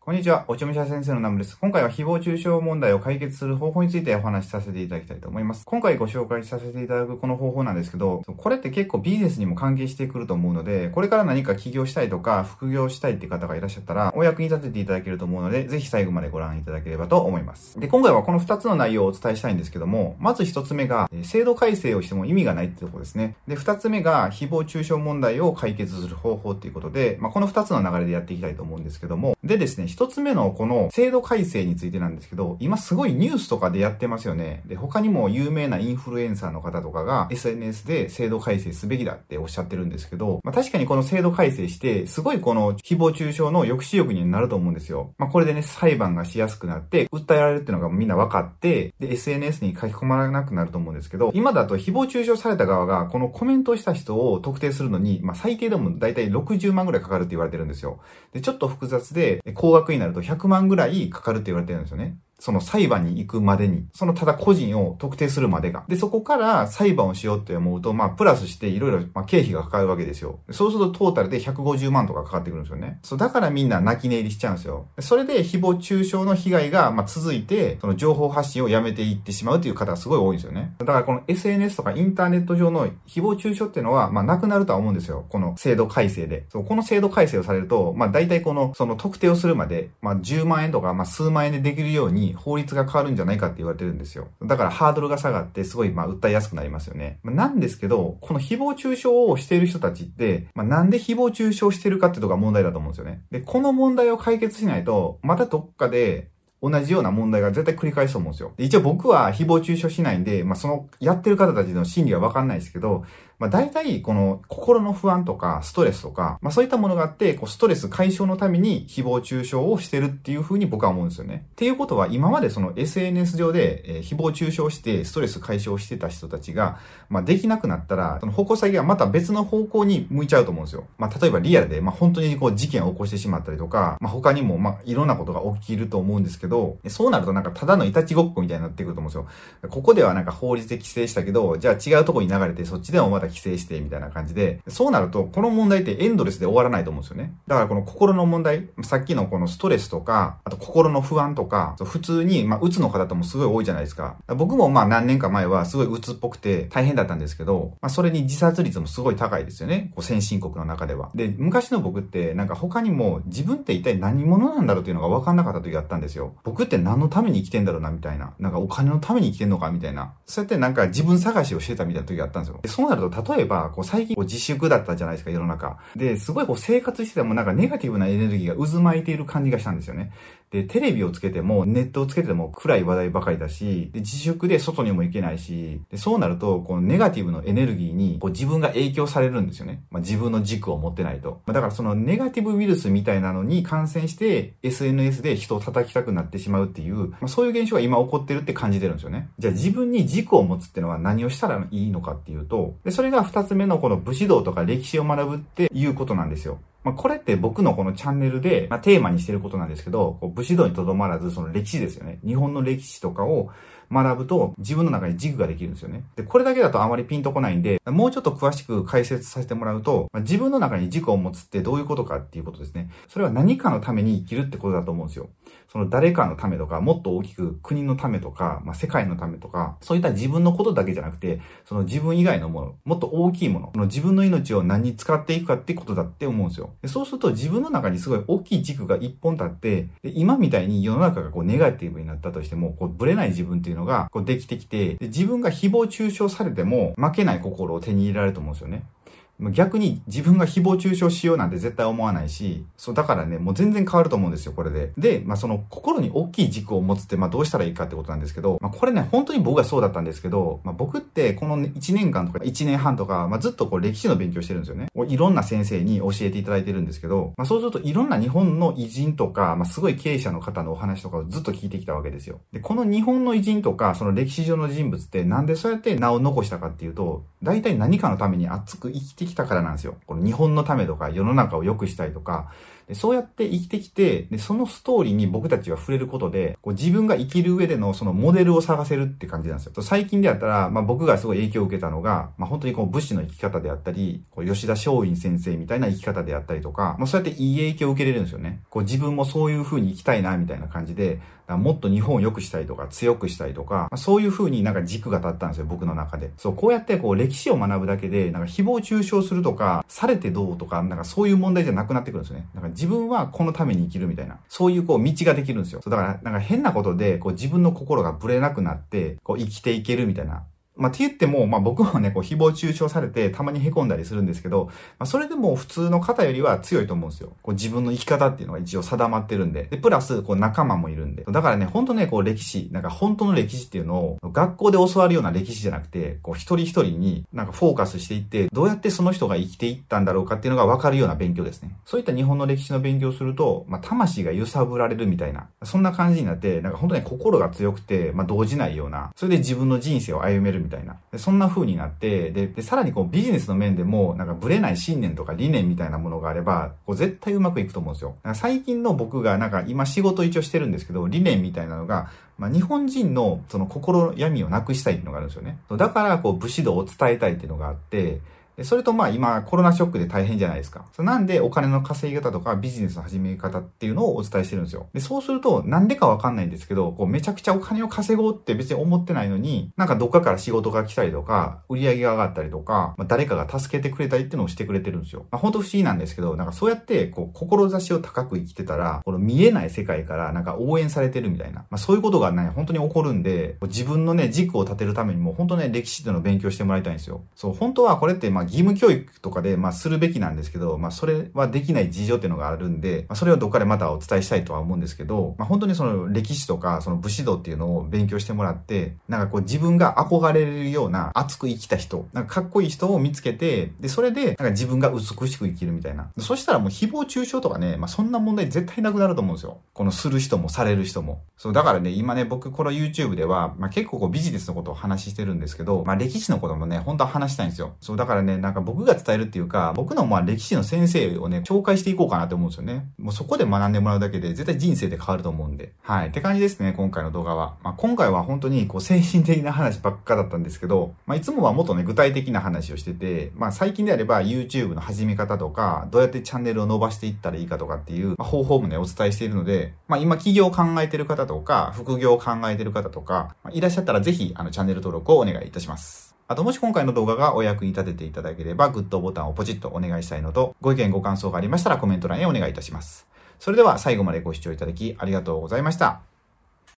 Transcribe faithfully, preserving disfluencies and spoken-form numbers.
こんにちは、おちょめしゃ先生のナムです。今回は誹謗中傷問題を解決する方法についてお話しさせていただきたいと思います。今回ご紹介させていただくこの方法なんですけど、これって結構ビジネスにも関係してくると思うので、これから何か起業したいとか副業したいって方がいらっしゃったら、お役に立てていただけると思うので、ぜひ最後までご覧いただければと思います。で、今回はこのふたつの内容をお伝えしたいんですけども、まずひとつめが、制度改正をしても意味がないってところですね。で、ふたつめが、誹謗中傷問題を解決する方法っていうことで、まあ、このふたつの流れでやっていきたいと思うんですけども、でですね、ひとつめのこの制度改正についてなんですけど、今すごいニュースとかでやってますよね。で、他にも有名なインフルエンサーの方とかが エスエヌエス で制度改正すべきだっておっしゃってるんですけど、まあ確かにこの制度改正して、すごいこの誹謗中傷の抑止力になると思うんですよ。まあこれでね、裁判がしやすくなって、訴えられるっていうのがみんな分かって、で、エスエヌエス に書き込まなくなると思うんですけど、今だと誹謗中傷された側がこのコメントをした人を特定するのに、まあ最低でもだいたいろくじゅうまんぐらいかかるって言われてるんですよ。で、ちょっと複雑で、高額になるとひゃくまんぐらいかかるって言われてるんですよね。その裁判に行くまでに、そのただ個人を特定するまでが。で、そこから裁判をしようって思うと、まあ、プラスしていろいろ、まあ、経費がかかるわけですよ。そうするとトータルでひゃくごじゅうまんとかかかってくるんですよね。そう、だからみんな泣き寝入りしちゃうんですよ。それで誹謗中傷の被害が、まあ、続いて、その情報発信をやめていってしまうという方がすごい多いんですよね。だからこの エスエヌエス とかインターネット上の誹謗中傷っていうのは、まあ、なくなるとは思うんですよ。この制度改正で。そう、この制度改正をされると、まあ、大体この、その特定をするまで、まあ、じゅうまんえんとか、まあ、数万円でできるように法律が変わるんじゃないかって言われてるんですよ。だからハードルが下がってすごいまあ訴えやすくなりますよね。なんですけど、この誹謗中傷をしている人たちって、まあ、なんで誹謗中傷してるかっていうのが問題だと思うんですよね。で、この問題を解決しないと、またどっかで同じような問題が絶対繰り返すと思うんですよ。で、一応僕は誹謗中傷しないんで、まあ、そのやってる方たちの心理はわかんないですけど、まあ、大体この心の不安とかストレスとか、まあ、そういったものがあって、こうストレス解消のために誹謗中傷をしてるっていう風に僕は思うんですよね。っていうことは今までその エスエヌエス 上で、えー、誹謗中傷してストレス解消してた人たちが、まあ、できなくなったら、その矛先がまた別の方向に向いちゃうと思うんですよ。まあ、例えばリアルで、まあ、本当にこう事件を起こしてしまったりとか、まあ、他にもまあいろんなことが起きると思うんですけど、そうなるとなんかただのいたちごっこみたいになってくると思うんですよ。ここではなんか法律で規制したけど、じゃあ違うとこに流れてそっちでもまた規制してみたいな感じで、そうなるとこの問題ってエンドレスで終わらないと思うんですよね。だからこの心の問題、さっきのこのストレスとか、あと心の不安とか、普通にまあ鬱の方ともすごい多いじゃないですか。僕もまあ何年か前はすごい鬱っぽくて大変だったんですけど、まあそれに自殺率もすごい高いですよね。こう先進国の中では。で、昔の僕ってなんか他にも自分って一体何者なんだろうっていうのが分かんなかった時があったんですよ。僕って何のために生きてんだろうなみたいな。なんかお金のために生きてんのかみたいな。そうやってなんか自分探しをしてたみたいな時があったんですよ。でそうなると例えばこう最近こう自粛だったじゃないですか、世の中。で、すごいこう生活しててもなんかネガティブなエネルギーが渦巻いている感じがしたんですよね。で、テレビをつけても、ネットをつけても暗い話題ばかりだし、で自粛で外にも行けないし、でそうなると、このネガティブのエネルギーにこう自分が影響されるんですよね。まあ、自分の軸を持ってないと。まあ、だからそのネガティブウイルスみたいなのに感染して、エスエヌエス で人を叩きたくなってしまうっていう、まあ、そういう現象が今起こってるって感じてるんですよね。じゃあ自分に軸を持つっていうのは何をしたらいいのかっていうと、でそれが二つ目のこの武士道とか歴史を学ぶっていうことなんですよ。まあ、これって僕のこのチャンネルで、まあ、テーマにしてることなんですけど、こう武士道にとどまらず、その歴史ですよね。日本の歴史とかを学ぶと自分の中に軸ができるんですよね。で、これだけだとあまりピンとこないんで、もうちょっと詳しく解説させてもらうと、まあ、自分の中に軸を持つってどういうことかっていうことですね。それは何かのために生きるってことだと思うんですよ。その誰かのためとか、もっと大きく国のためとか、まあ、世界のためとか、そういった自分のことだけじゃなくて、その自分以外のもの、もっと大きいもの、その自分の命を何に使っていくかってことだって思うんですよ。でそうすると自分の中にすごい大きい軸が一本立って、で今みたいに世の中がこうネガティブになったとしても、こうブレない自分っていうのがこうできてきて、で自分が誹謗中傷されても負けない心を手に入れられると思うんですよね。逆に自分が誹謗中傷しようなんて絶対思わないし、そうだからね、もう全然変わると思うんですよ、これで。で、まあその心に大きい軸を持つって、まあどうしたらいいかってことなんですけど、まあこれね、本当に僕がそうだったんですけど、まあ僕ってこのいちねんかんとかいちねんはんとか、まあずっとこう歴史の勉強してるんですよね。いろんな先生に教えていただいてるんですけど、まあそうするといろんな日本の偉人とか、まあすごい経営者の方のお話とかをずっと聞いてきたわけですよ。で、この日本の偉人とか、その歴史上の人物ってなんでそうやって名を残したかっていうと、大体何かのために熱く生きてきたからなんですよ。この日本のためとか世の中を良くしたいとか、 でそうやって生きてきて、で、そのストーリーに僕たちは触れることで、こう自分が生きる上でのそのモデルを探せるって感じなんですよ。最近であったら、まあ僕がすごい影響を受けたのが、まあ本当にこう武士の生き方であったり、こう吉田松陰先生みたいな生き方であったりとか、まあそうやっていい影響を受けれるんですよね。こう自分もそういう風に生きたいな、みたいな感じで、もっと日本を良くしたいとか、強くしたいとか、まあ、そういう風になんか軸が立ったんですよ、僕の中で。そう、こうやってこう歴史を学ぶだけで、なんか誹謗中傷するとか、されてどうとか、なんかそういう問題じゃなくなってくるんですよね。なんか自分はこのために生きるみたいな。そういうこう道ができるんですよ。そうだから、なんか変なことで、こう自分の心がぶれなくなって、こう生きていけるみたいな。まあ、って言っても、まあ僕もね、こう誹謗中傷されてたまに凹んだりするんですけど、まあそれでも普通の方よりは強いと思うんですよ。こう自分の生き方っていうのが一応定まってるんで。で、プラス、こう仲間もいるんで。だからね、ほんとね、こう歴史、なんか本当の歴史っていうのを学校で教わるような歴史じゃなくて、こう一人一人になんかフォーカスしていって、どうやってその人が生きていったんだろうかっていうのがわかるような勉強ですね。そういった日本の歴史の勉強をすると、まあ魂が揺さぶられるみたいな、そんな感じになって、なんか本当に心が強くて、まあ動じないような、それで自分の人生を歩めるみたいな。そんな風になって、で、で、さらにこうビジネスの面でも、なんかブレない信念とか理念みたいなものがあれば、こう絶対うまくいくと思うんですよ。最近の僕がなんか今仕事一応してるんですけど、理念みたいなのが、まあ日本人のその心闇をなくしたいっていうのがあるんですよね。だからこう武士道を伝えたいっていうのがあって、それとまあ今コロナショックで大変じゃないですか。なんでお金の稼ぎ方とかビジネスの始め方っていうのをお伝えしてるんですよ。で、そうするとなんでかわかんないんですけど、こうめちゃくちゃお金を稼ごうって別に思ってないのに、なんかどっかから仕事が来たりとか、売り上げが上がったりとか、まあ、誰かが助けてくれたりっていうのをしてくれてるんですよ。まあ本当不思議なんですけど、なんかそうやってこう志を高く生きてたら、この見えない世界からなんか応援されてるみたいな、まあそういうことがね、本当に起こるんで、自分のね、軸を立てるためにも本当ね、歴史っていうのを勉強してもらいたいんですよ。そう、本当はこれってまあ義務教育とかで、まあ、するべきなんですけど、まあ、それはできない事情っていうのがあるんで、まあ、それをどっかでまたお伝えしたいとは思うんですけど、まあ、本当にその歴史とか、その武士道っていうのを勉強してもらって、なんかこう自分が憧れるような熱く生きた人、なんかかっこいい人を見つけて、で、それで、なんか自分が美しく生きるみたいな。そしたらもう誹謗中傷とかね、まあ、そんな問題絶対なくなると思うんですよ。このする人もされる人も。そう、だからね、今ね、僕この YouTube では、まあ、結構こうビジネスのことを話してるんですけど、まあ、歴史のこともね、本当は話したいんですよ。そう、だからね、なんか僕が伝えるっていうか、僕のまあ歴史の先生をね、紹介していこうかなって思うんですよね。もうそこで学んでもらうだけで絶対人生で変わると思うんで。はい。って感じですね、今回の動画は。まあ、今回は本当にこう精神的な話ばっかだったんですけど、まあ、いつもはもっとね、具体的な話をしてて、まあ、最近であれば YouTube の始め方とか、どうやってチャンネルを伸ばしていったらいいかとかっていう、まあ、方法もね、お伝えしているので、まあ、今起業を考えてる方とか、副業を考えてる方とか、まあ、いらっしゃったらぜひ、あの、チャンネル登録をお願いいたします。あともし今回の動画がお役に立てていただければグッドボタンをポチッとお願いしたいのと、ご意見ご感想がありましたらコメント欄へお願いいたします。それでは最後までご視聴いただきありがとうございました。